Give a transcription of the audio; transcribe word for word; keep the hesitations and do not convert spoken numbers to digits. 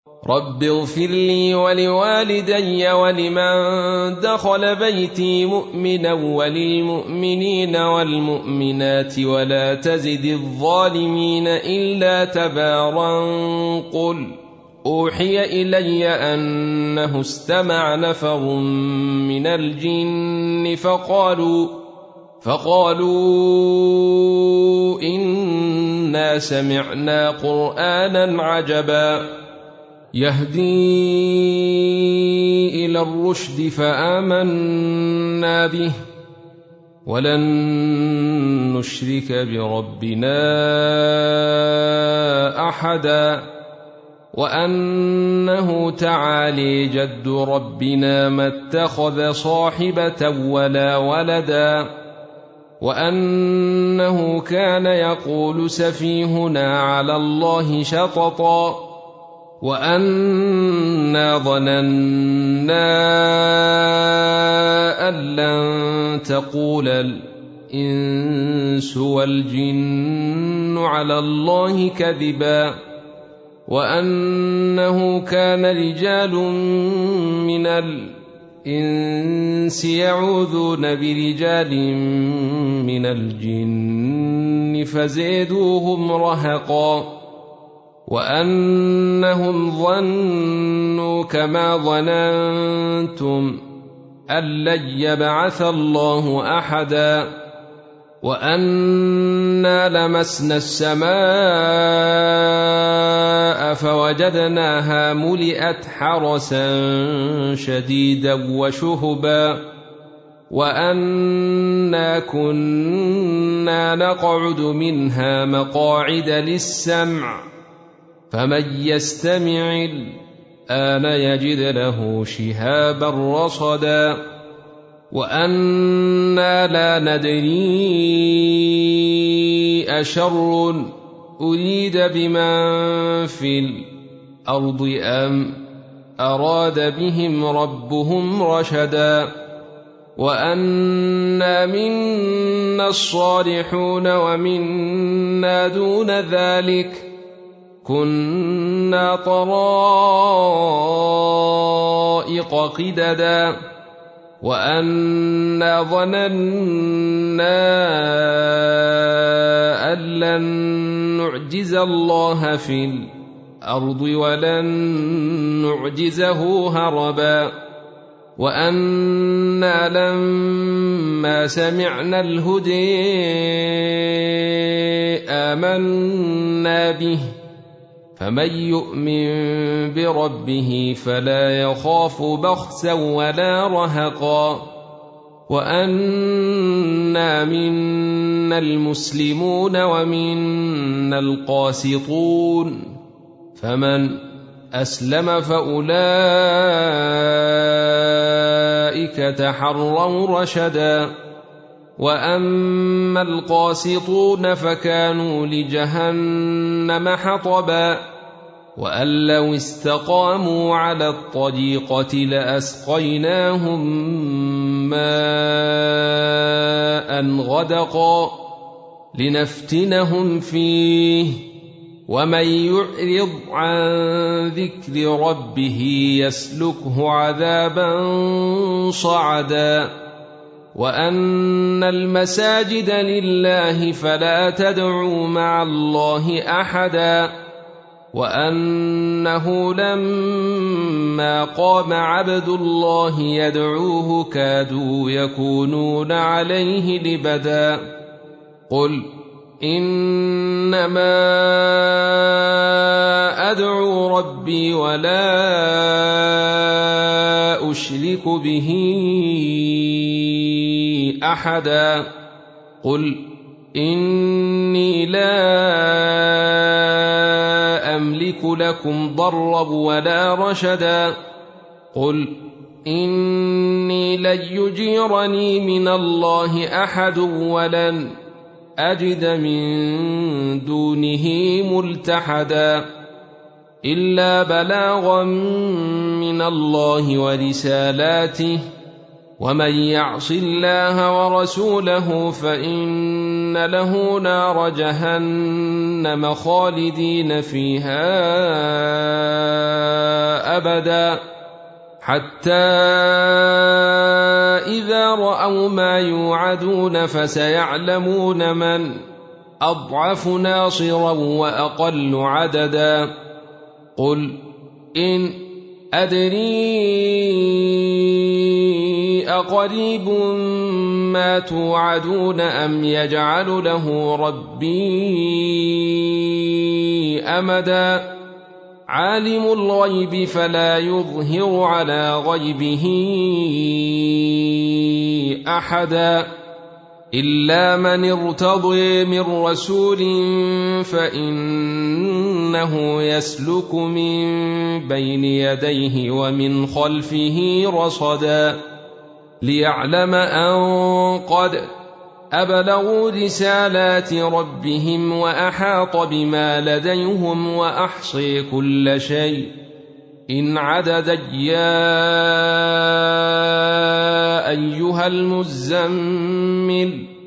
رب اغفر لي ولوالدي ولمن دخل بيتي مؤمنا وللمؤمنين والمؤمنات ولا تزد الظالمين إلا تبارا. قل أوحي إلي أنه استمع نفر من الجن فقالوا فقالوا إنا سمعنا قرآنا عجبا يهدي إلى الرشد فآمنا به ولن نشرك بربنا أحدا وأنه تعالي جد ربنا ما اتخذ صاحبة ولا ولدا وأنه كان يقول سفيهنا على الله شططا وأنا ظننا أن لن تقول الإنس والجن على الله كذبا وأنه كان رجال من الإنس يعوذون برجال من الجن فزادوهم رهقا وأنهم ظنوا كما ظننتم أن لن يبعث الله أحدا وأنا لمسنا السماء فوجدناها ملئت حرسا شديدا وشهبا وأنا كنا نقعد منها مقاعد للسمع فمن يستمع الآن يجد له شهابا رصدا وأنا لا ندري أشر أريد بمن في الأرض أم أراد بهم ربهم رشدا وأنا منا الصالحون ومنا دون ذلك كنا طرائق قددا وأنا ظننا أن لن نعجز الله في الأرض ولن نعجزه هربا وأنا لما سمعنا الهدى آمنا به فمن يؤمن بربه فلا يخاف بخسا ولا رهقا وأنا منا المسلمون ومنا القاسطون فمن أسلم فأولئك تحروا رشدا وأما القاسطون فكانوا لجهنم حطبا وأن لو استقاموا على الطريقة لأسقيناهم ماء غدقا لنفتنهم فيه ومن يعرض عن ذكر ربه يسلكه عذابا صعدا وأن المساجد لله فلا تدعوا مع الله أحدا وأنه لما قام عبد الله يدعوه كادوا يكونون عليه لبدا قل إنما أدعو ربي ولا أشرك به أحدا قل إني لا أملك لكم ضرا ولا رشدا قل إني لن يجيرني من الله أحد ولن أجد من دونه ملتحدا إلا بلاغا من الله ورسالاته ومن يعص الله ورسوله فإن له نار جهنم خالدين فيها أبدا حتى إذا رأوا ما يوعدون فسيعلمون من أضعف ناصرا وأقل عددا قل إن أدري أقريب ما توعدون أم يجعل له ربي أمدا عالم الغيب فلا يظهر على غيبه أحدا إلا من ارتضي من رسول فإنه يسلك من بين يديه ومن خلفه رصدا ليعلم أن قد أبلغوا رسالات ربهم وأحاط بما لديهم وأحصي كل شيء إن عددا يا أيها المزمل